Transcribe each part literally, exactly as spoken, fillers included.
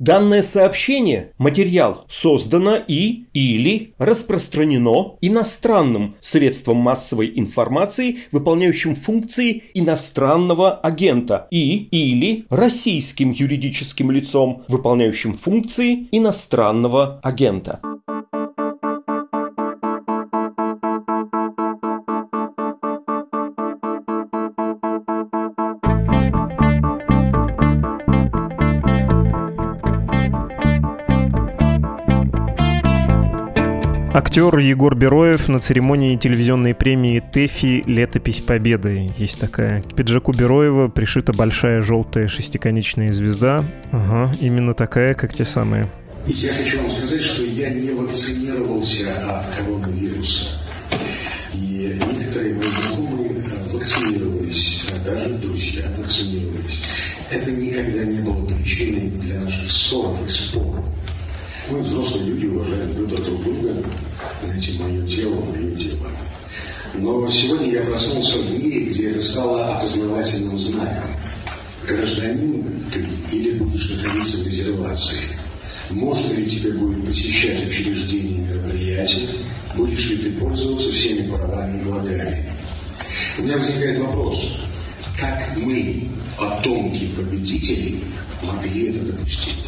Данное сообщение, материал, создано и или распространено иностранным средством массовой информации, выполняющим функции иностранного агента, и или российским юридическим лицом, выполняющим функции иностранного агента. Актер Егор Бероев на церемонии телевизионной премии ТЭФИ «Летопись Победы». Есть такая. К пиджаку Бероева пришита большая желтая шестиконечная звезда. Ага, именно такая, как те самые. Я хочу вам сказать, что я не вакцинировался от коронавируса. И некоторые мои знакомые вакцинировались, даже друзья вакцинировались. Это никогда не было причиной для наших ссор и споров. Мы, взрослые люди, уважаем друг друга. Знаете, мое тело, мое дело. Но сегодня я проснулся в мире, где это стало опознавательным знаком. Гражданин ты или будешь находиться в резервации? Можно ли тебе будет посещать учреждения и мероприятия? Будешь ли ты пользоваться всеми правами и благами? У меня возникает вопрос. Как мы, потомки победителей, могли это допустить?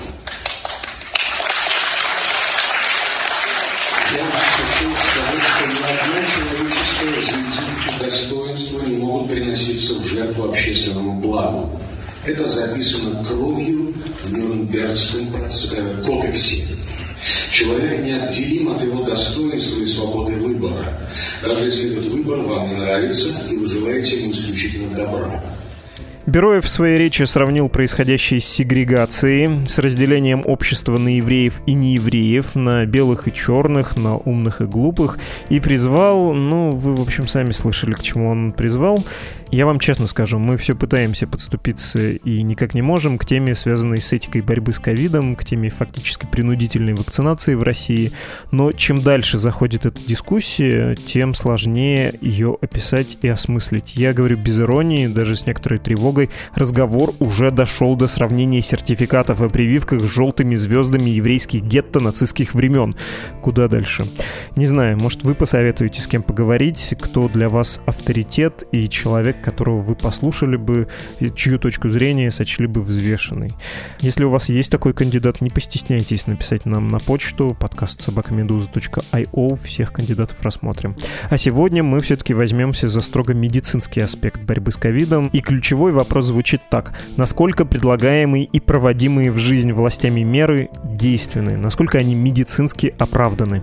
Я хочу сказать, что ни одна человеческая жизнь и достоинство не могут приноситься в жертву общественному благу. Это записано кровью в Нюрнбергском кодексе. Человек неотделим от его достоинства и свободы выбора, даже если этот выбор вам не нравится и вы желаете ему исключительно добра. Бероев в своей речи сравнил происходящее с сегрегацией, с разделением общества на евреев и неевреев, на белых и черных, на умных и глупых, и призвал, ну, вы, в общем, сами слышали, к чему он призвал. Я вам честно скажу, мы все пытаемся подступиться и никак не можем к теме, связанной с этикой борьбы с ковидом, к теме фактически принудительной вакцинации в России. Но чем дальше заходит эта дискуссия, тем сложнее ее описать и осмыслить. Я говорю без иронии, даже с некоторой тревогой. Разговор уже дошел до сравнения сертификатов о прививках с желтыми звездами еврейских гетто нацистских времен. Куда дальше? Не знаю, может, вы посоветуете, с кем поговорить, кто для вас авторитет и человек, которого вы послушали бы, чью точку зрения сочли бы взвешенной. Если у вас есть такой кандидат, не постесняйтесь написать нам на почту подкаст собака медуза точка ай о, всех кандидатов рассмотрим. А сегодня мы все-таки возьмемся за строго медицинский аспект борьбы с ковидом, и ключевой вопрос звучит так: насколько предлагаемые и проводимые в жизнь властями меры действенны, насколько они медицински оправданы.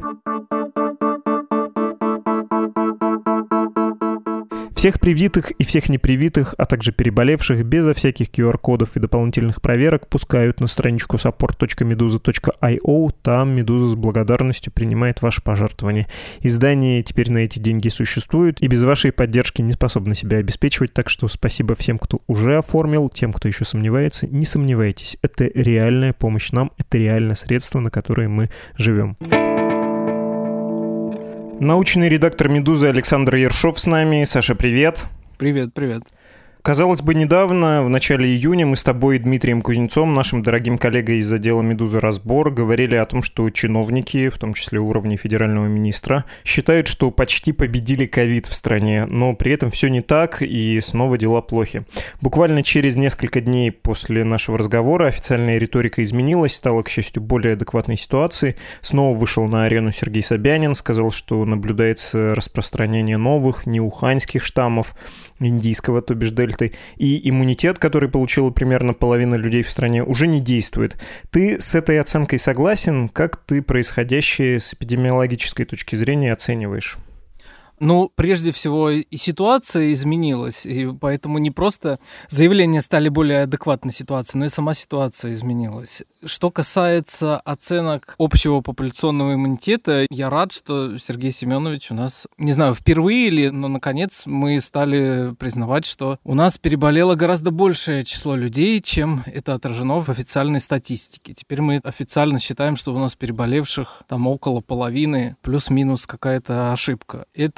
Всех привитых и всех непривитых, а также переболевших безо всяких ку ар-кодов и дополнительных проверок пускают на страничку саппорт точка медуза точка ай о. Там Медуза с благодарностью принимает ваши пожертвования. Издание теперь на эти деньги существует и без вашей поддержки не способно себя обеспечивать, так что спасибо всем, кто уже оформил, тем, кто еще сомневается. Не сомневайтесь, это реальная помощь нам, это реальное средство, на которое мы живем. Научный редактор «Медузы» Александр Ершов с нами. Саша, привет. Привет, привет. Казалось бы, недавно, в начале июня, мы с тобой и Дмитрием Кузнецом, нашим дорогим коллегой из отдела «Медуза. Разбор», говорили о том, что чиновники, в том числе уровня федерального министра, считают, что почти победили ковид в стране, но при этом все не так, и снова дела плохи. Буквально через несколько дней после нашего разговора официальная риторика изменилась, стала, к счастью, более адекватной ситуации. Снова вышел на арену Сергей Собянин, сказал, что наблюдается распространение новых, неуханьских штаммов, индийского, то бишь дельты, и иммунитет, который получила примерно половина людей в стране, уже не действует. Ты с этой оценкой согласен? Как ты происходящее с эпидемиологической точки зрения оцениваешь? Ну, прежде всего, и ситуация изменилась, и поэтому не просто заявления стали более адекватной ситуации, но и сама ситуация изменилась. Что касается оценок общего популяционного иммунитета, я рад, что Сергей Семенович у нас, не знаю, впервые ли, но, наконец, мы стали признавать, что у нас переболело гораздо большее число людей, чем это отражено в официальной статистике. Теперь мы официально считаем, что у нас переболевших там около половины, плюс-минус какая-то ошибка. Это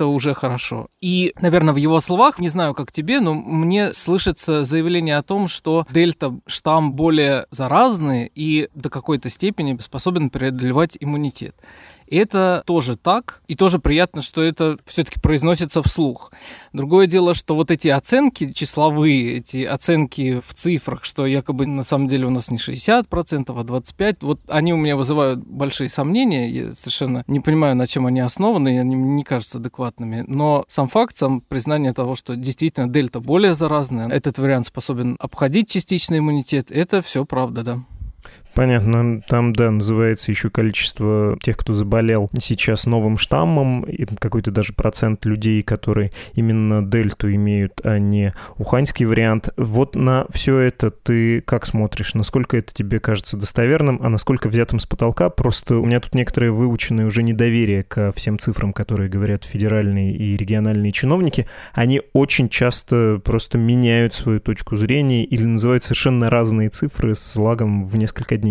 уже хорошо. И, наверное, в его словах, не знаю, как тебе, но мне слышится заявление о том, что дельта-штамм более заразный и до какой-то степени способен преодолевать иммунитет. И это тоже так, и тоже приятно, что это все-таки произносится вслух. Другое дело, что вот эти оценки числовые, эти оценки в цифрах, что якобы на самом деле у нас не шестьдесят процентов, а двадцать пять процентов, вот они у меня вызывают большие сомнения. Я совершенно не понимаю, на чем они основаны, и они мне не кажутся адекватными. Но сам факт, сам признание того, что действительно дельта более заразная, этот вариант способен обходить частичный иммунитет, это все правда, да. Понятно. Там, да, называется еще количество тех, кто заболел сейчас новым штаммом, и какой-то даже процент людей, которые именно дельту имеют, а не уханьский вариант. Вот на все это ты как смотришь? Насколько это тебе кажется достоверным, а насколько взятым с потолка? Просто у меня тут некоторые выученные уже недоверие ко всем цифрам, которые говорят федеральные и региональные чиновники. Они очень часто просто меняют свою точку зрения или называют совершенно разные цифры с лагом в несколько дней.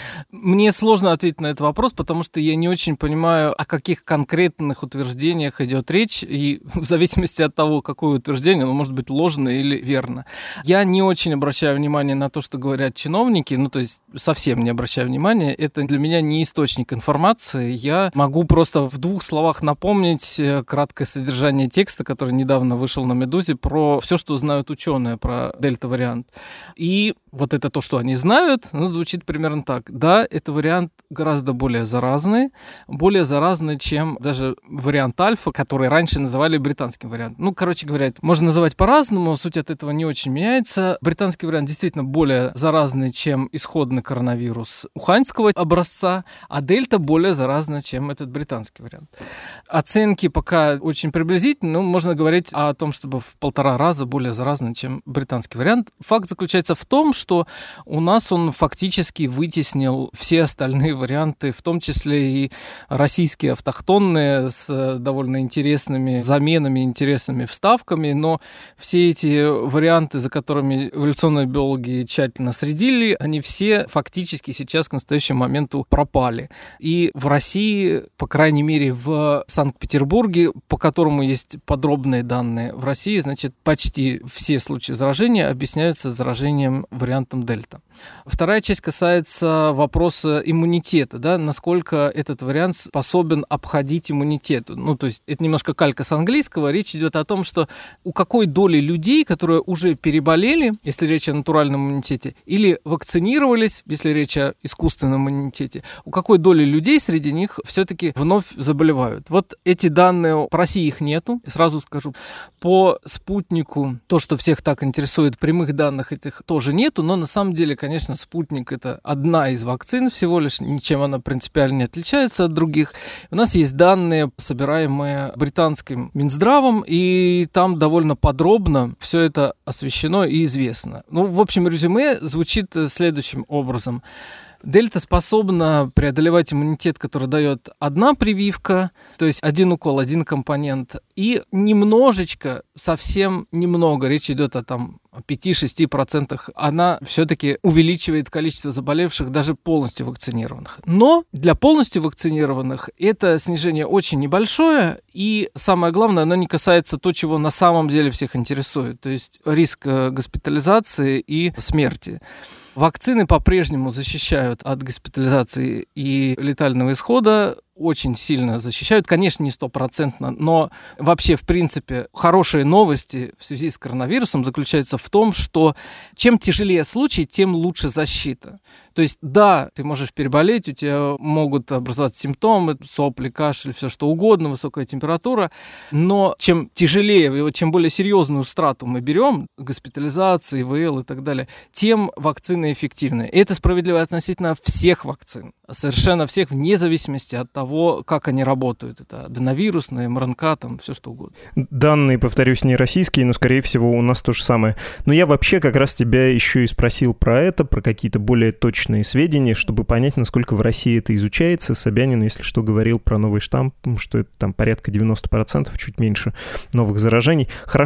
Мне сложно ответить на этот вопрос, потому что я не очень понимаю, о каких конкретных утверждениях идет речь, и в зависимости от того, какое утверждение, оно может быть ложно или верно. Я не очень обращаю внимание на то, что говорят чиновники, ну, то есть совсем не обращаю внимания. Это для меня не источник информации. Я могу просто в двух словах напомнить краткое содержание текста, который недавно вышел на «Медузе», про все, что знают ученые про дельта-вариант. И вот это то, что они знают, ну, звучит примерно так. Да, это вариант гораздо более заразный, более заразный, чем даже вариант альфа, который раньше называли британским вариантом. Ну, короче говоря, можно называть по-разному, суть от этого не очень меняется. Британский вариант действительно более заразный, чем исходный коронавирус уханьского образца, а дельта более заразна, чем этот британский вариант. Оценки пока очень приблизительны, но можно говорить о том, чтобы в полтора раза более заразный, чем британский вариант. Факт заключается в том, что у нас он фактически вытеснил все остальные варианты, в том числе и российские автохтонные с довольно интересными заменами, интересными вставками, но все эти варианты, за которыми эволюционные биологи тщательно следили, они все фактически сейчас к настоящему моменту пропали. И в России, по крайней мере в Санкт-Петербурге, по которому есть подробные данные, в России, значит, почти все случаи заражения объясняются заражением вариантом дельта. Вторая часть касается вопроса иммунитета, да, насколько этот вариант способен обходить иммунитет. Ну, то есть это немножко калька с английского. Речь идет о том, что у какой доли людей, которые уже переболели, если речь о натуральном иммунитете, или вакцинировались, если речь о искусственном иммунитете, у какой доли людей среди них все-таки вновь заболевают. Вот эти данные, по России их нету, сразу скажу. По спутнику, то, что всех так интересует, прямых данных этих тоже нету, но на самом деле, конечно, спутник — это одна из вакцин всего лишь, ничем она принципиально не отличается от других. У нас есть данные, собираемые британским Минздравом, и там довольно подробно все это освещено и известно. Ну, в общем, резюме звучит следующим образом. Дельта способна преодолевать иммунитет, который дает одна прививка, то есть один укол, один компонент, и немножечко, совсем немного, речь идет о там пять-шесть процентов, она все-таки увеличивает количество заболевших даже полностью вакцинированных. Но для полностью вакцинированных это снижение очень небольшое, и самое главное, оно не касается того, чего на самом деле всех интересует, то есть риск госпитализации и смерти. Вакцины по-прежнему защищают от госпитализации и летального исхода, очень сильно защищают, конечно, не стопроцентно, но вообще, в принципе, хорошие новости в связи с коронавирусом заключаются в том, что чем тяжелее случай, тем лучше защита. То есть, да, ты можешь переболеть, у тебя могут образоваться симптомы, сопли, кашель, все что угодно, высокая температура, но чем тяжелее, чем более серьезную страту мы берем, госпитализация, ИВЛ и так далее, тем вакцины эффективны. И это справедливо относительно всех вакцин, совершенно всех, вне зависимости от того, как они работают. Это аденовирусные, эм эр эн ка, там, все что угодно. Данные, повторюсь, не российские, но, скорее всего, у нас то же самое. Но я вообще как раз тебя еще и спросил про это, про какие-то более точные сведения, чтобы понять, насколько в России это изучается. Собянин, если что, говорил про новый штамм, что это там порядка девяносто процентов, чуть меньше новых заражений. Хорошо.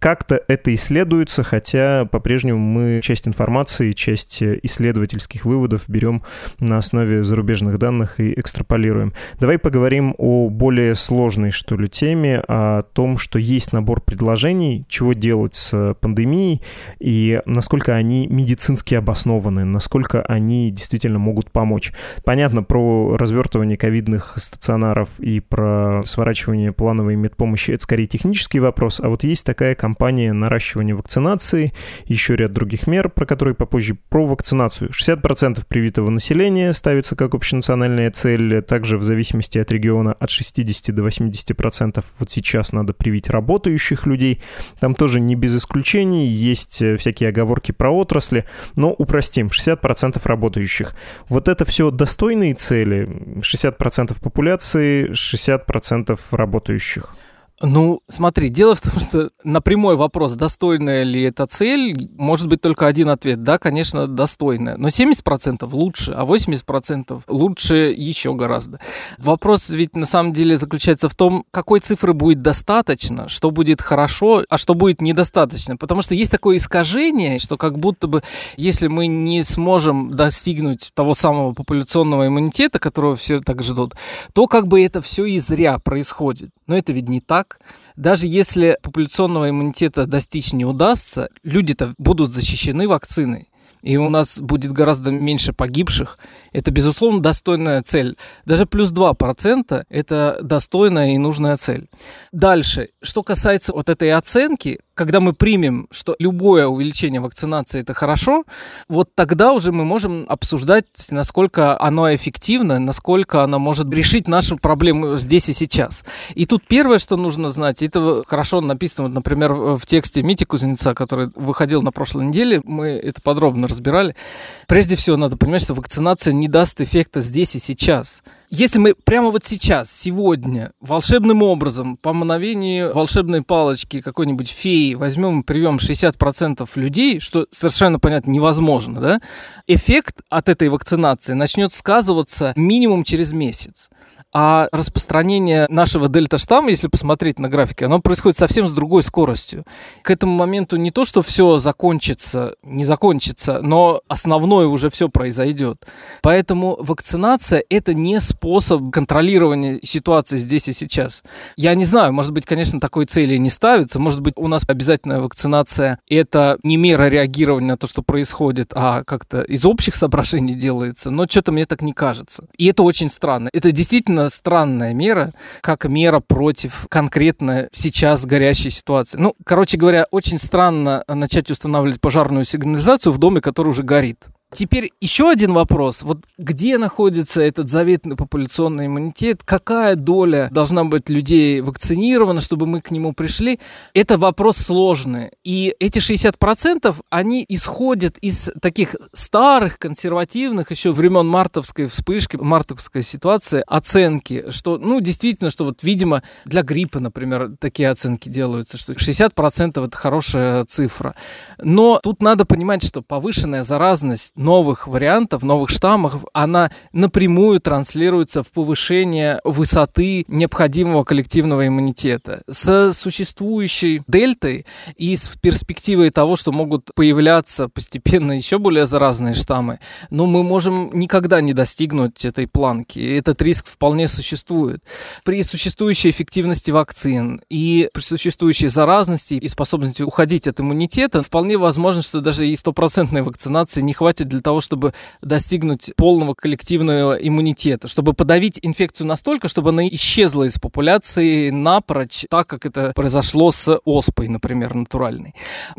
как-то это исследуется, хотя по-прежнему мы часть информации, часть исследовательских выводов берем на основе зарубежных данных и экстраполируем. Давай поговорим о более сложной, что ли, теме, о том, что есть набор предложений, чего делать с пандемией и насколько они медицински обоснованы, насколько они действительно могут помочь. Понятно, про развертывание ковидных стационаров и про сворачивание плановой медпомощи — это скорее технический вопрос, а вот есть такая кампания наращивания вакцинации, еще ряд других мер, про которые попозже. Про вакцинацию. шестьдесят процентов привитого населения ставится как общенациональная цель, также в зависимости от региона от шестидесяти до восьмидесяти процентов вот сейчас надо привить работающих людей. Там тоже не без исключений, есть всякие оговорки про отрасли, но упростим, шестьдесят процентов работающих. Вот это все достойные цели, шестьдесят процентов популяции, шестьдесят процентов работающих. Ну, смотри, дело в том, что на прямой вопрос, достойная ли эта цель, может быть только один ответ. Да, конечно, достойная. Но семьдесят процентов лучше, а восемьдесят процентов лучше еще гораздо. Вопрос ведь на самом деле заключается в том, какой цифры будет достаточно, что будет хорошо, а что будет недостаточно. Потому что есть такое искажение, что как будто бы, если мы не сможем достигнуть того самого популяционного иммунитета, которого все так ждут, то как бы это все и зря происходит. Но это ведь не так. Даже если популяционного иммунитета достичь не удастся, люди-то будут защищены вакциной. И у нас будет гораздо меньше погибших. Это, безусловно, достойная цель. Даже плюс два процента – это достойная и нужная цель. Дальше, что касается вот этой оценки, когда мы примем, что любое увеличение вакцинации – это хорошо, вот тогда уже мы можем обсуждать, насколько оно эффективно, насколько оно может решить нашу проблему здесь и сейчас. И тут первое, что нужно знать, это хорошо написано, вот, например, в тексте Мити Кузнеца, который выходил на прошлой неделе, мы это подробно разбирали. Прежде всего, надо понимать, что вакцинация не даст эффекта здесь и сейчас. Если мы прямо вот сейчас, сегодня, волшебным образом, по мановению волшебной палочки какой-нибудь феи возьмем и привьем шестьдесят процентов людей, что совершенно, понятно, невозможно, да, эффект от этой вакцинации начнет сказываться минимум через месяц. А распространение нашего дельта-штамма, если посмотреть на графики, оно происходит совсем с другой скоростью. К этому моменту не то, что все закончится, не закончится, но основное уже все произойдет. Поэтому вакцинация – это не способ контролирования ситуации здесь и сейчас. Я не знаю, может быть, конечно, такой цели не ставится. Может быть, у нас обязательная вакцинация – это не мера реагирования на то, что происходит, а как-то из общих соображений делается. Но что-то мне так не кажется. И это очень странно. Это действительно странная мера, как мера против конкретно сейчас горящей ситуации. Ну, короче говоря, очень странно начать устанавливать пожарную сигнализацию в доме, который уже горит. Теперь еще один вопрос. Вот где находится этот заветный популяционный иммунитет? Какая доля должна быть людей вакцинирована, чтобы мы к нему пришли? Это вопрос сложный. И эти шестьдесят процентов, они исходят из таких старых, консервативных, еще времен мартовской вспышки, мартовской ситуации, оценки, что, ну, действительно, что вот, видимо, для гриппа, например, такие оценки делаются, что шестьдесят процентов это хорошая цифра. Но тут надо понимать, что повышенная заразность новых вариантов, новых штаммов, она напрямую транслируется в повышение высоты необходимого коллективного иммунитета. С существующей дельтой и с перспективой того, что могут появляться постепенно еще более заразные штаммы, но мы можем никогда не достигнуть этой планки. И этот риск вполне существует. При существующей эффективности вакцин и при существующей заразности и способности уходить от иммунитета, вполне возможно, что даже и стопроцентной вакцинации не хватит для того, чтобы достигнуть полного коллективного иммунитета, чтобы подавить инфекцию настолько, чтобы она исчезла из популяции напрочь, так как это произошло с оспой, например, натуральной.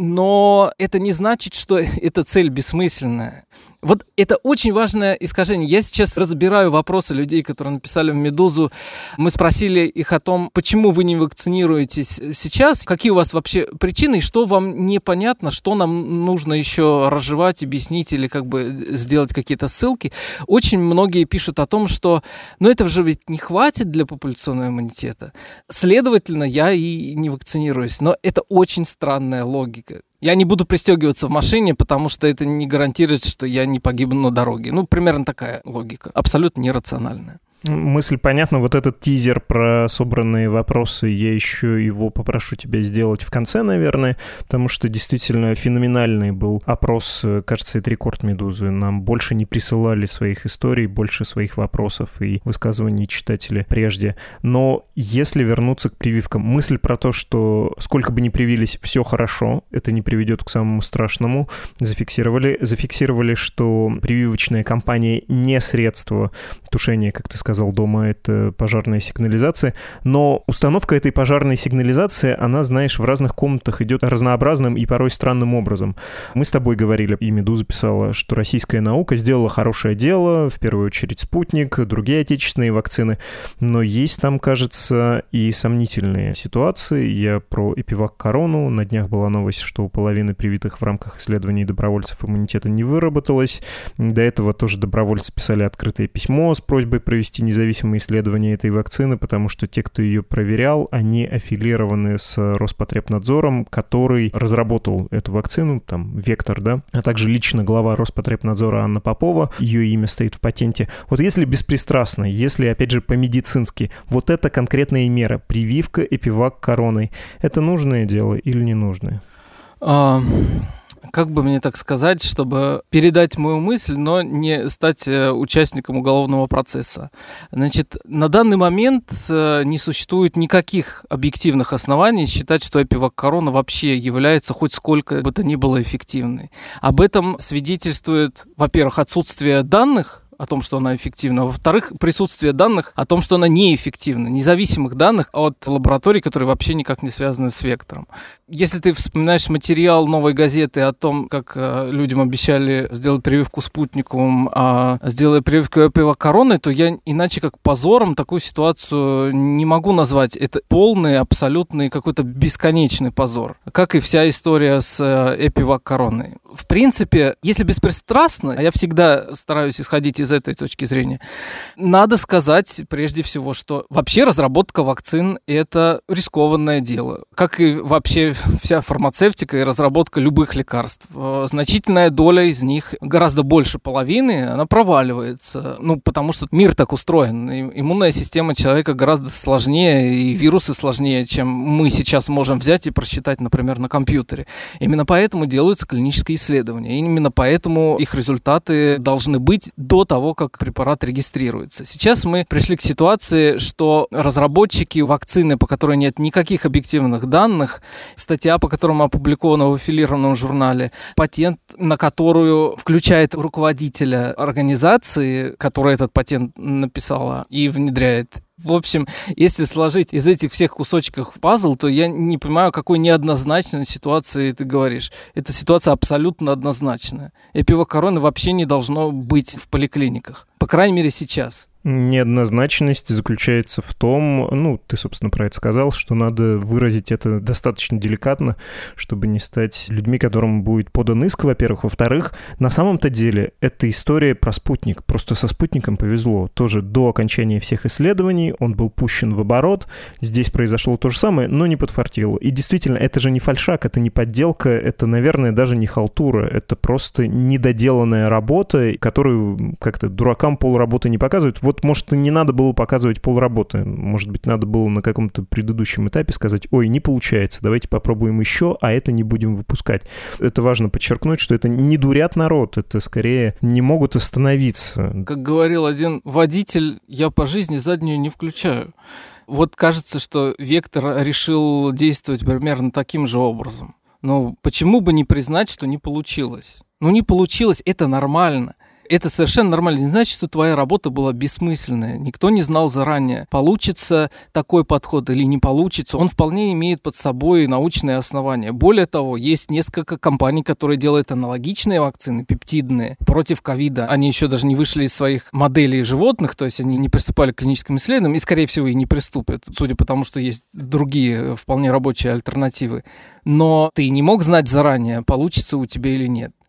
Но это не значит, что эта цель бессмысленная. Вот это очень важное искажение. Я сейчас разбираю вопросы людей, которые написали в «Медузу». Мы спросили их о том, почему вы не вакцинируетесь сейчас, какие у вас вообще причины, и что вам непонятно, что нам нужно еще разжевать, объяснить или как бы сделать какие-то ссылки. Очень многие пишут о том, что ну этого же ведь не хватит для популяционного иммунитета. Следовательно, я и не вакцинируюсь. Но это очень странная логика. Я не буду пристегиваться в машине, потому что это не гарантирует, что я не погибну на дороге. Ну, примерно такая логика. Абсолютно нерациональная. Мысль понятна. Вот этот тизер про собранные вопросы, я еще его попрошу тебя сделать в конце, наверное, потому что действительно феноменальный был опрос, кажется, это рекорд «Медузы». Нам больше не присылали своих историй, больше своих вопросов и высказываний читателей прежде. Но если вернуться к прививкам, мысль про то, что сколько бы ни привились, все хорошо, это не приведет к самому страшному, зафиксировали. Зафиксировали, что прививочная кампания не средство тушения, как ты сказал, дома, это пожарная сигнализация. Но установка этой пожарной сигнализации, она, знаешь, в разных комнатах идет разнообразным и порой странным образом. Мы с тобой говорили, и «Медуза» писала, что российская наука сделала хорошее дело, в первую очередь «Спутник», другие отечественные вакцины, но есть там, кажется, и сомнительные ситуации. Я про эпивак-корону. На днях была новость, что у половины привитых в рамках исследований добровольцев иммунитета не выработалось. До этого тоже добровольцы писали открытое письмо с просьбой провести независимые исследования этой вакцины, потому что те, кто ее проверял, они аффилированы с Роспотребнадзором, который разработал эту вакцину, там, «Вектор», да, а также лично глава Роспотребнадзора Анна Попова, ее имя стоит в патенте. Вот если беспристрастно, если, опять же, по-медицински, вот эта конкретная мера, прививка эпивак короной, это нужное дело или не нужное? А... Как бы мне так сказать, чтобы передать мою мысль, но не стать участником уголовного процесса? Значит, на данный момент не существует никаких объективных оснований считать, что эпивак-корона вообще является хоть сколько бы то ни было эффективной. Об этом свидетельствует, во-первых, отсутствие данных о том, что она эффективна. Во-вторых, присутствие данных о том, что она неэффективна. Независимых данных от лабораторий, которые вообще никак не связаны с «Вектором». Если ты вспоминаешь материал «Новой газеты» о том, как э, людям обещали сделать прививку спутником, а сделали прививку эпивак-короной, то я иначе как позором такую ситуацию не могу назвать. Это полный, абсолютный, какой-то бесконечный позор. Как и вся история с э, эпивак-короной. В принципе, если беспристрастно, а я всегда стараюсь исходить из этой точки зрения, надо сказать прежде всего, что вообще разработка вакцин – это рискованное дело. Как и вообще вся фармацевтика и разработка любых лекарств. Значительная доля из них, гораздо больше половины, она проваливается. Ну, потому что мир так устроен. Иммунная система человека гораздо сложнее, и вирусы сложнее, чем мы сейчас можем взять и просчитать, например, на компьютере. Именно поэтому делаются клинические исследования. И именно поэтому их результаты должны быть до того, как препарат регистрируется. Сейчас мы пришли к ситуации, что разработчики вакцины, по которой нет никаких объективных данных, статья, по которому опубликована в аффилированном журнале, патент, на которую включает руководителя организации, которая этот патент написала и внедряет. В общем, если сложить из этих всех кусочков пазл, то я не понимаю, о какой неоднозначной ситуации ты говоришь. Эта ситуация абсолютно однозначная. Эпивак-короны вообще не должно быть в поликлиниках. По крайней мере, сейчас. Неоднозначность заключается в том, ну, ты, собственно, про это сказал, что надо выразить это достаточно деликатно, чтобы не стать людьми, которым будет подан иск, во-первых. Во-вторых, на самом-то деле, это история про спутник. Просто со спутником повезло. Тоже до окончания всех исследований он был пущен в оборот. Здесь произошло то же самое, но не подфартило. И действительно, это же не фальшак, это не подделка, это, наверное, даже не халтура. Это просто недоделанная работа, которую как-то дуракам полработы не показывают. Вот, может, не надо было показывать полработы. Может быть, надо было на каком-то предыдущем этапе сказать: ой, не получается, давайте попробуем еще, а это не будем выпускать. Это важно подчеркнуть, что это не дурят народ, это скорее не могут остановиться. Как говорил один водитель, я по жизни заднюю не включаю. Вот кажется, что «Вектор» решил действовать примерно таким же образом. Но почему бы не признать, что не получилось? Ну, не получилось, это нормально. Это совершенно нормально. Не значит, что твоя работа была бессмысленная. Никто не знал заранее, получится такой подход или не получится. Он вполне имеет под собой научные основания. Более того, есть несколько компаний, которые делают аналогичные вакцины, пептидные, против ковида. Они еще даже не вышли из своих моделей животных, то есть они не приступали к клиническим исследованиям и, скорее всего, и не приступят, судя по тому, что есть другие вполне рабочие альтернативы. Но ты не мог знать заранее, получится у тебя или нет.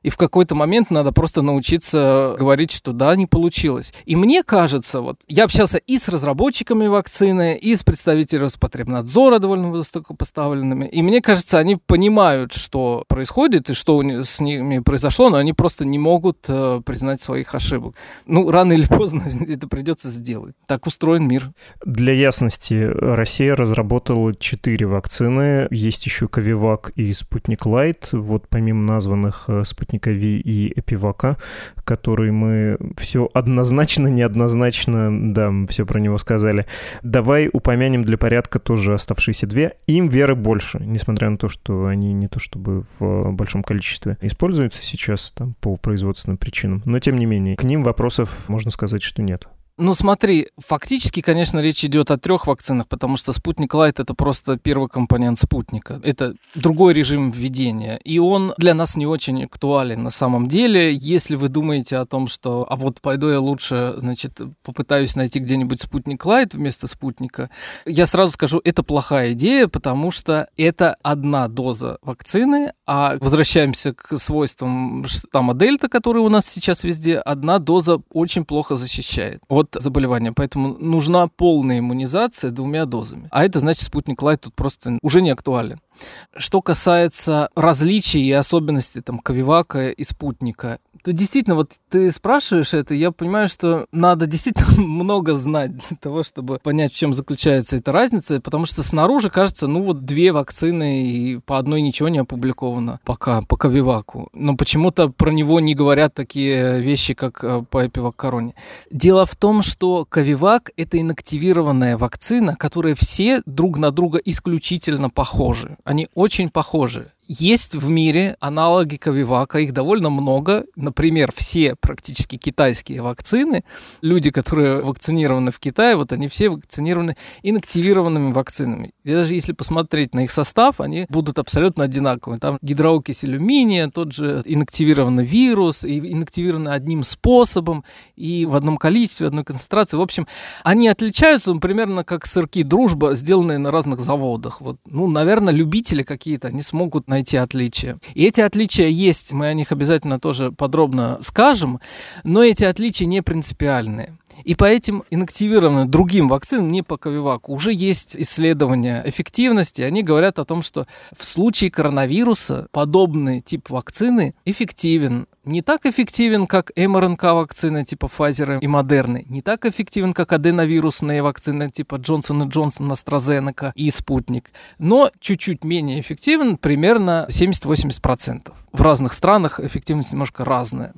И в какой-то момент надо просто научиться говорить, что да, не получилось. И мне кажется, вот я общался и с разработчиками вакцины, и с представителями Роспотребнадзора довольно высокопоставленными. И мне кажется, они понимают, что происходит и что с ними произошло, но они просто не могут э, признать своих ошибок. Ну, рано или поздно это придется сделать. Так устроен мир. Для ясности, Россия разработала четыре вакцины. Есть еще Ковивак и Спутник Лайт. Вот помимо названных Спутника Ви и Эпивака, которые мы все однозначно, неоднозначно, да, все про него сказали. Давай упомянем для порядка тоже оставшиеся две. Им веры больше, несмотря на то, что они не то чтобы в большом количестве используются сейчас там, по производственным причинам. Но тем не менее, к ним вопросов, можно сказать, что нет. Ну смотри, фактически, конечно, речь идет о трех вакцинах, потому что Спутник Лайт — это просто первый компонент спутника. Это другой режим введения, и он для нас не очень актуален на самом деле. Если вы думаете о том, что а вот пойду я лучше, значит, попытаюсь найти где-нибудь Спутник Лайт вместо спутника, я сразу скажу, это плохая идея, потому что это одна доза вакцины, а возвращаемся к свойствам штамма Дельта, который у нас сейчас везде, одна доза очень плохо защищает от заболевания, поэтому нужна полная иммунизация двумя дозами. А это значит, Спутник Лайт тут просто уже не актуален. Что касается различий и особенностей там Ковивака и Спутника, то действительно, вот ты спрашиваешь это, я понимаю, что надо действительно много знать для того, чтобы понять, в чем заключается эта разница, потому что снаружи кажется, ну вот две вакцины, и по одной ничего не опубликовано пока, по Ковиваку. Но почему-то про него не говорят такие вещи, как по Эпивак-Короне. Дело в том, что Ковивак — это инактивированная вакцина, которая все друг на друга исключительно похожи. Они очень похожи. Есть в мире аналоги Ковивака, их довольно много. Например, все практически китайские вакцины, люди, которые вакцинированы в Китае, вот они все вакцинированы инактивированными вакцинами. И даже если посмотреть на их состав, они будут абсолютно одинаковые. Там гидроокись алюминия, тот же инактивированный вирус, и инактивированы одним способом, и в одном количестве, в одной концентрации. В общем, они отличаются, ну, примерно как сырки «Дружба», сделанные на разных заводах. Вот, ну, наверное, любители какие-то, они смогут найти найти отличия. И эти отличия есть, мы о них обязательно тоже подробно скажем, но эти отличия не принципиальные. И по этим инактивированным другим вакцинам, не по Ковиваку, уже есть исследования эффективности. Они говорят о том, что в случае коронавируса подобный тип вакцины эффективен. Не так эффективен, как эм эр эн ка-вакцины типа Pfizer и Moderna, не так эффективен, как аденовирусные вакцины типа Johnson энд Johnson, AstraZeneca и Спутник, но чуть-чуть менее эффективен, примерно семьдесят-восемьдесят процентов. В разных странах эффективность немножко разная.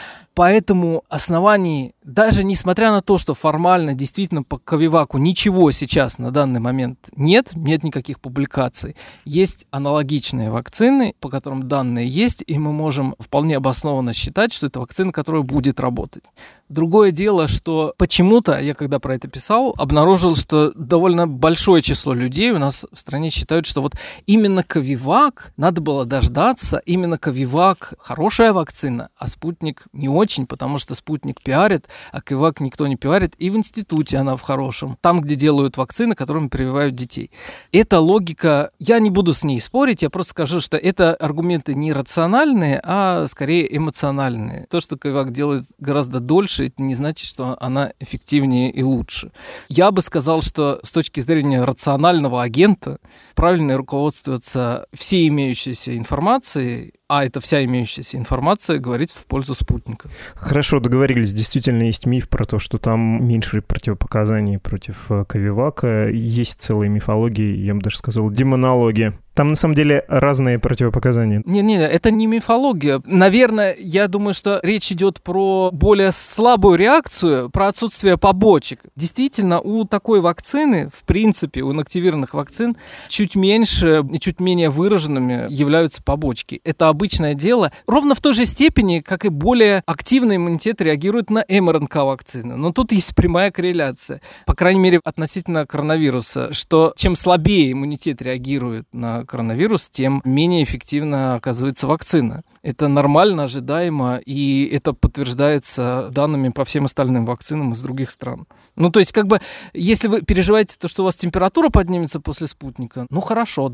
Поэтому оснований, даже несмотря на то, что формально действительно по Ковиваку ничего сейчас на данный момент нет, нет никаких публикаций, есть аналогичные вакцины, по которым данные есть, и мы можем вполне обоснованно считать, что это вакцина, которая будет работать. Другое дело, что почему-то, я когда про это писал, обнаружил, что довольно большое число людей у нас в стране считают, что вот именно Ковивак надо было дождаться, именно Ковивак хорошая вакцина, а Спутник не очень, потому что Спутник пиарит, а Ковивак никто не пиарит, и в институте она в хорошем, там, где делают вакцины, которыми прививают детей. Эта логика, я не буду с ней спорить, я просто скажу, что это аргументы не рациональные, а скорее эмоциональные. То, что Ковивак делает гораздо дольше, это не значит, что она эффективнее и лучше. Я бы сказал, что с точки зрения рационального агента правильно руководствоваться всей имеющейся информацией, а это вся имеющаяся информация говорит в пользу Спутника. Хорошо, договорились. Действительно есть миф про то, что там меньше противопоказаний против Ковивака. Есть целая мифология, я бы даже сказал, демонология. Там, на самом деле, разные противопоказания. Не-не, это не мифология. Наверное, я думаю, что речь идет про более слабую реакцию, про отсутствие побочек. Действительно, у такой вакцины, в принципе, у инактивированных вакцин, чуть меньше и чуть менее выраженными являются побочки. Это обычное дело. Ровно в той же степени, как и более активный иммунитет реагирует на эм эр эн ка-вакцины. Но тут есть прямая корреляция. По крайней мере, относительно коронавируса, что чем слабее иммунитет реагирует на коронавирус, тем менее эффективно оказывается вакцина. Это нормально, ожидаемо, и это подтверждается данными по всем остальным вакцинам из других стран. Ну, то есть, как бы, если вы переживаете то, что у вас температура поднимется после Спутника, ну, хорошо, да.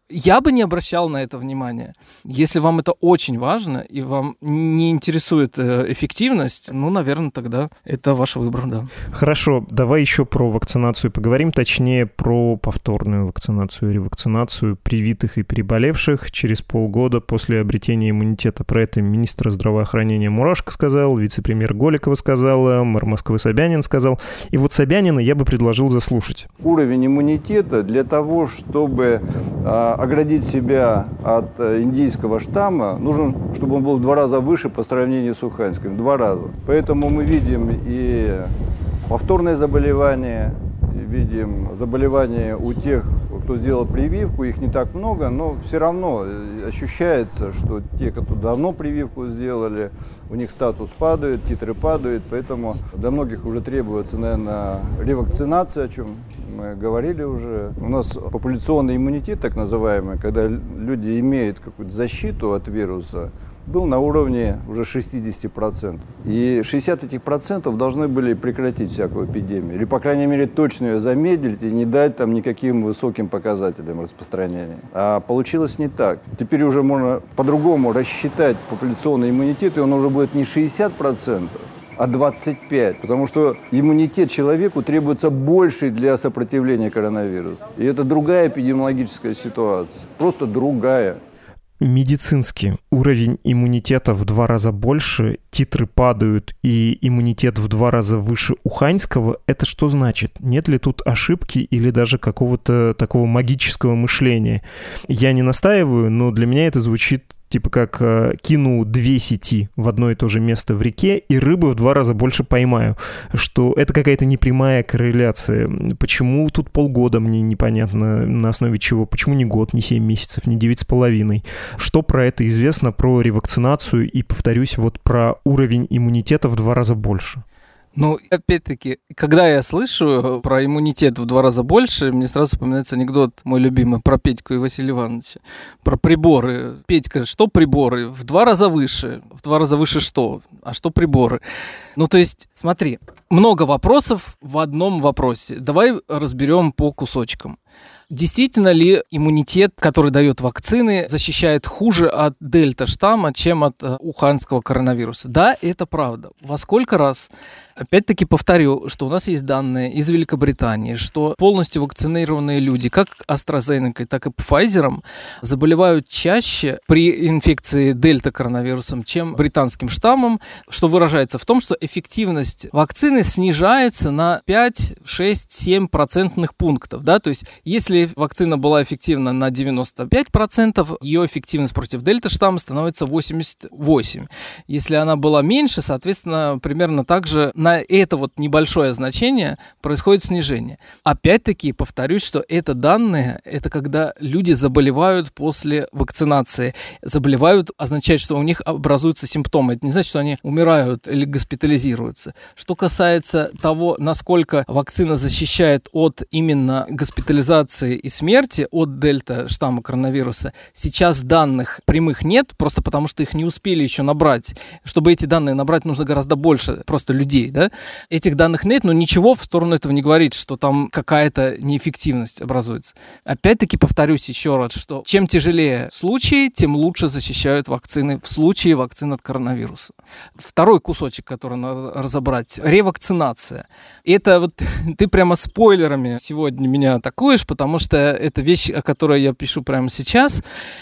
Я бы не обращал на это внимания. Если вам это очень важно и вам не интересует эффективность, ну, наверное, тогда это ваш выбор, да. Хорошо, давай еще про вакцинацию поговорим, точнее про повторную вакцинацию, ревакцинацию привитых и переболевших через полгода после обретения иммунитета. Про это министр здравоохранения Мурашко сказал, вице-премьер Голикова сказала, мэр Москвы Собянин сказал. И вот Собянина я бы предложил заслушать. Уровень иммунитета для того, чтобы оградить себя от индийского штамма, нужен, чтобы он был в два раза выше по сравнению с уханьским. В два раза. Поэтому мы видим и повторные заболевания, и видим заболевания у тех, кто сделал прививку. Их не так много, но все равно ощущается, что те, кто давно прививку сделали, у них статус падает, титры падают. Поэтому для многих уже требуется, наверное, ревакцинация, о чем мы говорили уже. У нас популяционный иммунитет, так называемый, когда люди имеют какую-то защиту от вируса, был на уровне уже шестьдесят процентов. И шестьдесят этих процентов должны были прекратить всякую эпидемию. Или, по крайней мере, точно ее замедлить и не дать там никаким высоким показателям распространения. А получилось не так. Теперь уже можно по-другому рассчитать популяционный иммунитет, и он уже будет не шестьдесят процентов, а двадцать пять процентов. Потому что иммунитет человеку требуется больше для сопротивления коронавирусу. И это другая эпидемиологическая ситуация. Просто другая. Медицинский уровень иммунитета в два раза больше, титры падают и иммунитет в два раза выше уханьского. Это что значит? Нет ли тут ошибки или даже какого-то такого магического мышления? Я не настаиваю, но для меня это звучит типа как э, кину две сети в одно и то же место в реке, и рыбы в два раза больше поймаю. Что это какая-то непрямая корреляция. Почему тут полгода, мне непонятно, на основе чего. Почему не год, не семь месяцев, не девять с половиной. Что про это известно, про ревакцинацию и, повторюсь, вот про уровень иммунитета в два раза больше? Ну, опять-таки, когда я слышу про иммунитет в два раза больше, мне сразу вспоминается анекдот мой любимый про Петьку и Василия Ивановича. Про приборы. Петька, что приборы? В два раза выше. В два раза выше что? А что приборы? Ну, то есть, смотри, много вопросов в одном вопросе. Давай разберем по кусочкам. Действительно ли иммунитет, который дает вакцины, защищает хуже от дельта-штамма, чем от uh, уханьского коронавируса? Да, это правда. Во сколько раз? Опять-таки повторю, что у нас есть данные из Великобритании, что полностью вакцинированные люди, как AstraZeneca, так и Pfizer, заболевают чаще при инфекции дельта-коронавирусом, чем британским штаммом, что выражается в том, что эффективность вакцины снижается на пять, шесть, семь процентных пунктов. Да? То есть, если вакцина была эффективна на девяносто пять процентов, ее эффективность против дельта-штамма становится восемьдесят восемь процентов. Если она была меньше, соответственно, примерно так же на это вот небольшое значение происходит снижение. Опять-таки, повторюсь, что это данные, это когда люди заболевают после вакцинации. Заболевают означает, что у них образуются симптомы. Это не значит, что они умирают или госпитализируются. Что касается того, насколько вакцина защищает от именно госпитализации и смерти от дельта-штамма коронавируса, сейчас данных прямых нет, просто потому что их не успели еще набрать. Чтобы эти данные набрать, нужно гораздо больше просто людей. Да? Этих данных нет, но ничего в сторону этого не говорит, что там какая-то неэффективность образуется. Опять-таки повторюсь еще раз, что чем тяжелее случаи, тем лучше защищают вакцины в случае вакцин от коронавируса. Второй кусочек, который надо разобрать, ревакцинация. Это вот ты прямо спойлерами сегодня меня атакуешь, потому что это вещь, о которой я пишу прямо сейчас.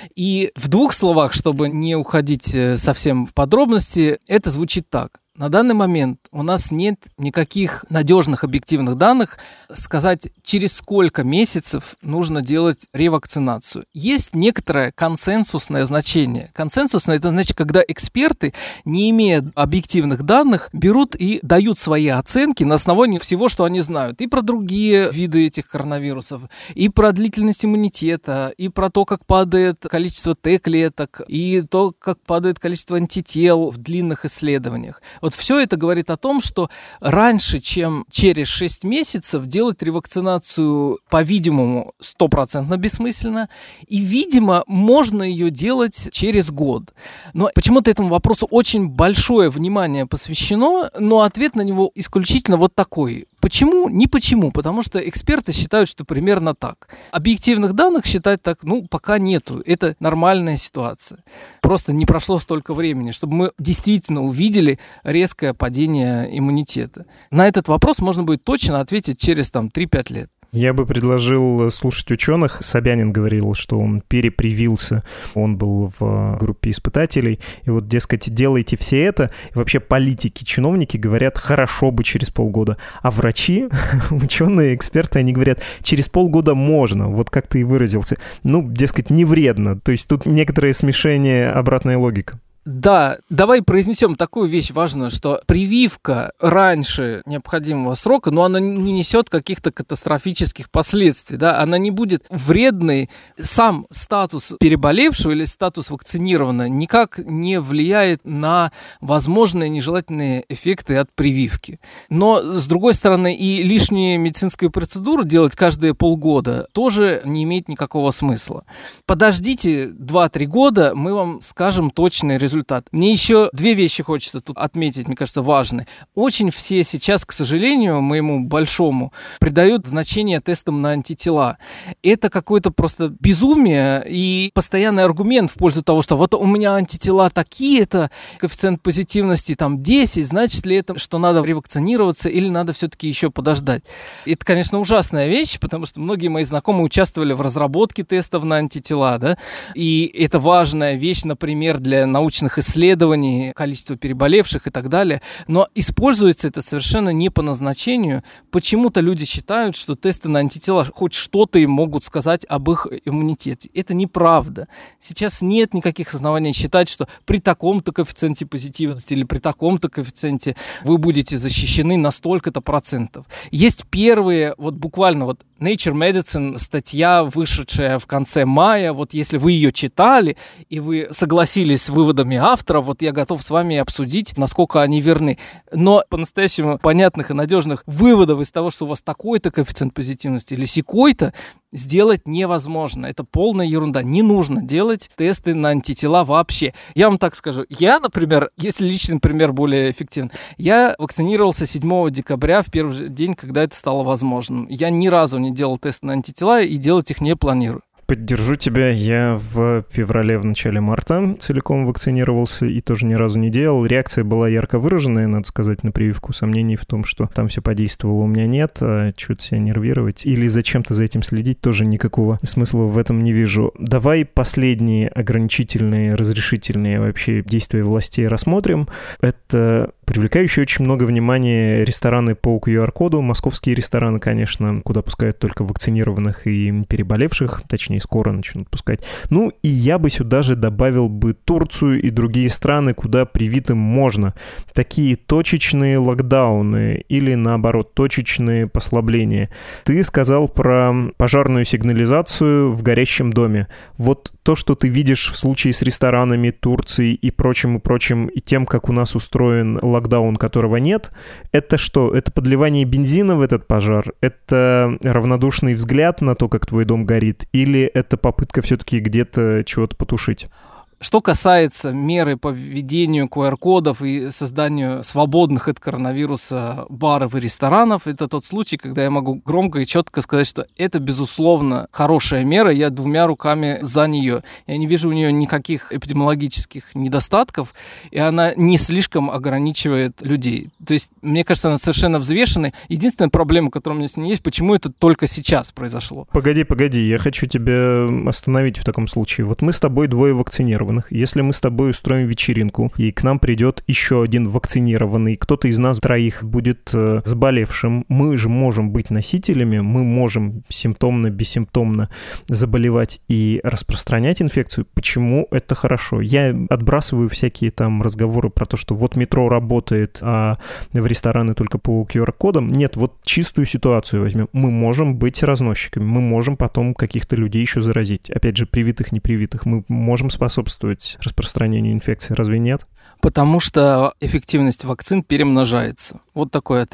И в двух словах, чтобы не уходить совсем в подробности, это звучит так. На данный момент у нас нет никаких надежных объективных данных сказать, через сколько месяцев нужно делать ревакцинацию. Есть некоторое консенсусное значение. Консенсусное — это значит, когда эксперты, не имея объективных данных, берут и дают свои оценки на основании всего, что они знают. И про другие виды этих коронавирусов, и про длительность иммунитета, и про то, как падает количество Т-клеток, и то, как падает количество антител в длинных исследованиях. Вот все это говорит о том, что раньше, чем через шесть месяцев, делать ревакцинацию, по-видимому, стопроцентно бессмысленно. И, видимо, можно ее делать через год. Но почему-то этому вопросу очень большое внимание посвящено, но ответ на него исключительно вот такой. Почему? Не почему, потому что эксперты считают, что примерно так. Объективных данных считать так, ну, пока нету. Это нормальная ситуация. Просто не прошло столько времени, чтобы мы действительно увидели резкое падение иммунитета. На этот вопрос можно будет точно ответить через там, три-пять лет. Я бы предложил слушать ученых. Собянин говорил, что он перепривился, он был в группе испытателей. И вот, дескать, делайте все это. И вообще политики, чиновники говорят, хорошо бы через полгода. А врачи, ученые, эксперты, они говорят, через полгода можно. Вот как ты и выразился. Ну, дескать, не вредно. То есть тут некоторое смешение, обратная логика. Да, давай произнесем такую вещь важную, что прививка раньше необходимого срока, но она не несет каких-то катастрофических последствий, да, она не будет вредной. Сам статус переболевшего или статус вакцинированного никак не влияет на возможные нежелательные эффекты от прививки. Но, с другой стороны, и лишнюю медицинскую процедуру делать каждые полгода тоже не имеет никакого смысла. Подождите два-три года, мы вам скажем точный результат. Результат. Мне еще две вещи хочется тут отметить, мне кажется, важные. Очень все сейчас, к сожалению, моему большому, придают значение тестам на антитела. Это какое-то просто безумие и постоянный аргумент в пользу того, что вот у меня антитела такие-то, коэффициент позитивности там десять, значит ли это, что надо ревакцинироваться или надо все-таки еще подождать? Это, конечно, ужасная вещь, потому что многие мои знакомые участвовали в разработке тестов на антитела, да, и это важная вещь, например, для научных исследований, количество переболевших и так далее, но используется это совершенно не по назначению. Почему-то люди считают, что тесты на антитела хоть что-то им могут сказать об их иммунитете. Это неправда. Сейчас нет никаких оснований считать, что при таком-то коэффициенте позитивности или при таком-то коэффициенте вы будете защищены на столько-то процентов. Есть первые, вот буквально вот Nature Medicine, статья, вышедшая в конце мая, вот если вы ее читали и вы согласились с выводами автора, вот я готов с вами обсудить, насколько они верны. Но по-настоящему понятных и надежных выводов из того, что у вас такой-то коэффициент позитивности или сякой-то, сделать невозможно. Это полная ерунда. Не нужно делать тесты на антитела вообще. Я вам так скажу. Я, например, если личный пример более эффективен, я вакцинировался седьмого декабря, в первый же день, когда это стало возможным. Я ни разу не делал тест на антитела и делать их не планирую. Поддержу тебя. Я в феврале, в начале марта целиком вакцинировался и тоже ни разу не делал. Реакция была ярко выраженная, надо сказать, на прививку. Сомнений в том, что там все подействовало, у меня нет. А что-то себя нервировать или зачем-то за этим следить, тоже никакого смысла в этом не вижу. Давай последние ограничительные, разрешительные вообще действия властей рассмотрим. Это привлекающие очень много внимания рестораны по ку ар коду. Московские рестораны, конечно, куда пускают только вакцинированных и переболевших, точнее, скоро начнут пускать. Ну, и я бы сюда же добавил бы Турцию и другие страны, куда привитым можно. Такие точечные локдауны или, наоборот, точечные послабления. Ты сказал про пожарную сигнализацию в горящем доме. Вот то, что ты видишь в случае с ресторанами Турции и прочим, и прочим, и тем, как у нас устроен локдаун, которого нет, это что? Это подливание бензина в этот пожар? Это равнодушный взгляд на то, как твой дом горит? Или это попытка все-таки где-то чего-то потушить? Что касается меры по введению ку ар кодов и созданию свободных от коронавируса баров и ресторанов, это тот случай, когда я могу громко и четко сказать, что это, безусловно, хорошая мера, я двумя руками за нее. Я не вижу у нее никаких эпидемиологических недостатков, и она не слишком ограничивает людей. То есть, мне кажется, она совершенно взвешенная. Единственная проблема, которая у меня с ней есть, почему это только сейчас произошло. Погоди, погоди, я хочу тебя остановить в таком случае. Вот мы с тобой двое вакцинированы. Если мы с тобой устроим вечеринку, и к нам придет еще один вакцинированный, кто-то из нас троих будет э, заболевшим, мы же можем быть носителями, мы можем симптомно, бессимптомно заболевать и распространять инфекцию. Почему это хорошо? Я отбрасываю всякие там разговоры про то, что вот метро работает, а в рестораны только по ку ар кодам. Нет, вот чистую ситуацию возьмем. Мы можем быть разносчиками, мы можем потом каких-то людей еще заразить. Опять же, привитых, непривитых. Мы можем способствовать распространению инфекции, разве нет? Потому что эффективность вакцин перемножается. Вот такой ответ.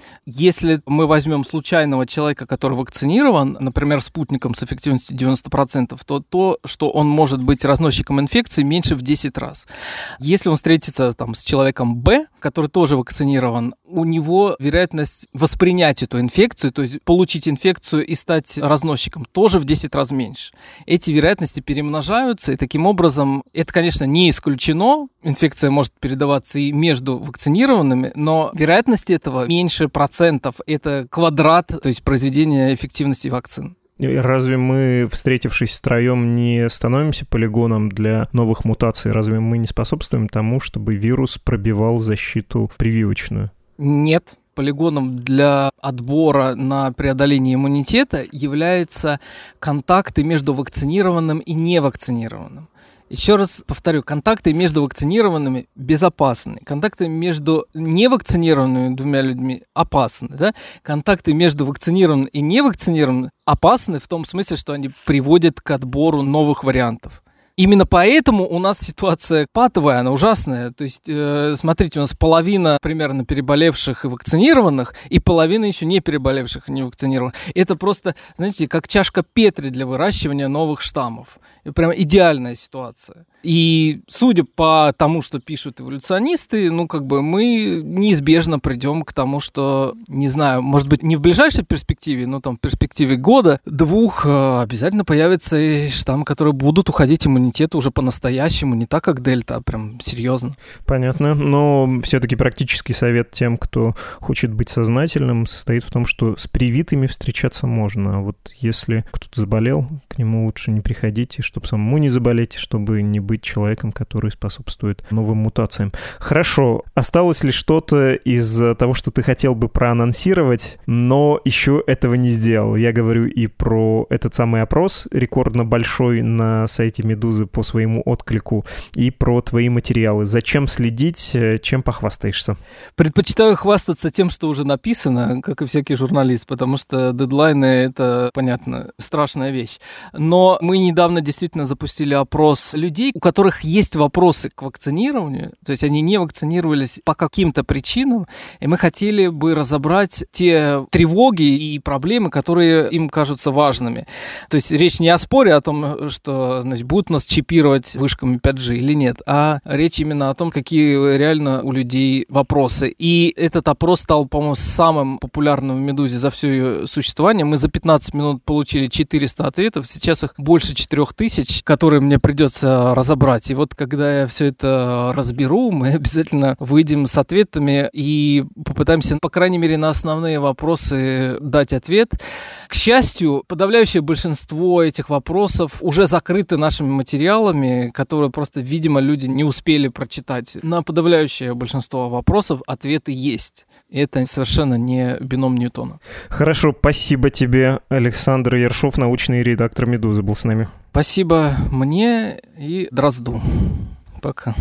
Если мы возьмем случайного человека, который вакцинирован, например, спутником с эффективностью девяносто процентов, то то, что он может быть разносчиком инфекции, меньше в десять раз. Если он встретится там, с человеком Б, который тоже вакцинирован, у него вероятность воспринять эту инфекцию, то есть получить инфекцию и стать разносчиком, тоже в десять раз меньше. Эти вероятности перемножаются, и таким образом, это, конечно, не исключено, инфекция может передаваться и между вакцинированными, но вероятность этого меньше процентов, это квадрат, то есть произведение эффективности вакцин. Разве мы, встретившись втроем, не становимся полигоном для новых мутаций? Разве мы не способствуем тому, чтобы вирус пробивал защиту прививочную? Нет. Полигоном для отбора на преодоление иммунитета являются контакты между вакцинированным и невакцинированным. Еще раз повторю, контакты между вакцинированными безопасны. Контакты между невакцинированными двумя людьми опасны. Да? Контакты между вакцинированным и невакцинированным опасны в том смысле, что они приводят к отбору новых вариантов. Именно поэтому у нас ситуация патовая, она ужасная. То есть, э, смотрите, у нас половина примерно переболевших и вакцинированных, и половина еще не переболевших и не вакцинированных. Это просто, знаете, как чашка Петри для выращивания новых штаммов. Это прям идеальная ситуация. И судя по тому, что пишут эволюционисты, ну, как бы мы неизбежно придем к тому, что, не знаю, может быть, не в ближайшей перспективе, но там в перспективе года, двух обязательно появятся и штаммы, которые будут уходить иммунитету уже по-настоящему, не так, как дельта, а прям серьезно. Понятно, но все-таки практический совет тем, кто хочет быть сознательным, состоит в том, что с привитыми встречаться можно, а вот если кто-то заболел, к нему лучше не приходите, чтобы самому не заболеть, чтобы не быть быть человеком, который способствует новым мутациям. Хорошо. Осталось ли что-то из того, что ты хотел бы проанонсировать, но еще этого не сделал? Я говорю и про этот самый опрос, рекордно большой на сайте «Медузы» по своему отклику, и про твои материалы. Зачем следить? Чем похвастаешься? Предпочитаю хвастаться тем, что уже написано, как и всякий журналист, потому что дедлайны — это, понятно, страшная вещь. Но мы недавно действительно запустили опрос людей, у которых есть вопросы к вакцинированию, то есть они не вакцинировались по каким-то причинам, и мы хотели бы разобрать те тревоги и проблемы, которые им кажутся важными. То есть речь не о споре о том, что, значит, будут нас чипировать вышками пять джи или нет, а речь именно о том, какие реально у людей вопросы. И этот опрос стал, по-моему, самым популярным в «Медузе» за все ее существование. Мы за пятнадцать минут получили четыреста ответов, сейчас их больше четырех тысяч, которые мне придется разобрать. И вот когда я все это разберу, мы обязательно выйдем с ответами и попытаемся, по крайней мере, на основные вопросы дать ответ. К счастью, подавляющее большинство этих вопросов уже закрыты нашими материалами, которые просто, видимо, люди не успели прочитать. На подавляющее большинство вопросов ответы есть. И это совершенно не бином Ньютона. Хорошо, спасибо тебе. Александр Ершов, научный редактор «Медузы», был с нами. Спасибо мне и Дрозду. Пока.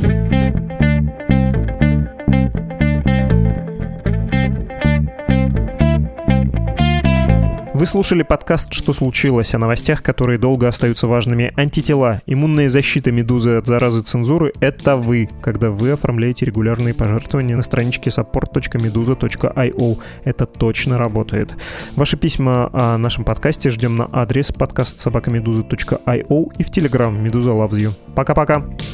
Вы слушали подкаст «Что случилось?» о новостях, которые долго остаются важными. Антитела, иммунная защита «Медузы» от заразы цензуры — это вы, когда вы оформляете регулярные пожертвования на страничке саппорт точка медуза точка ай о. Это точно работает. Ваши письма о нашем подкасте ждем на адрес подкаст собака медуза точка ай о и в Telegram «Медуза loves you». Пока-пока!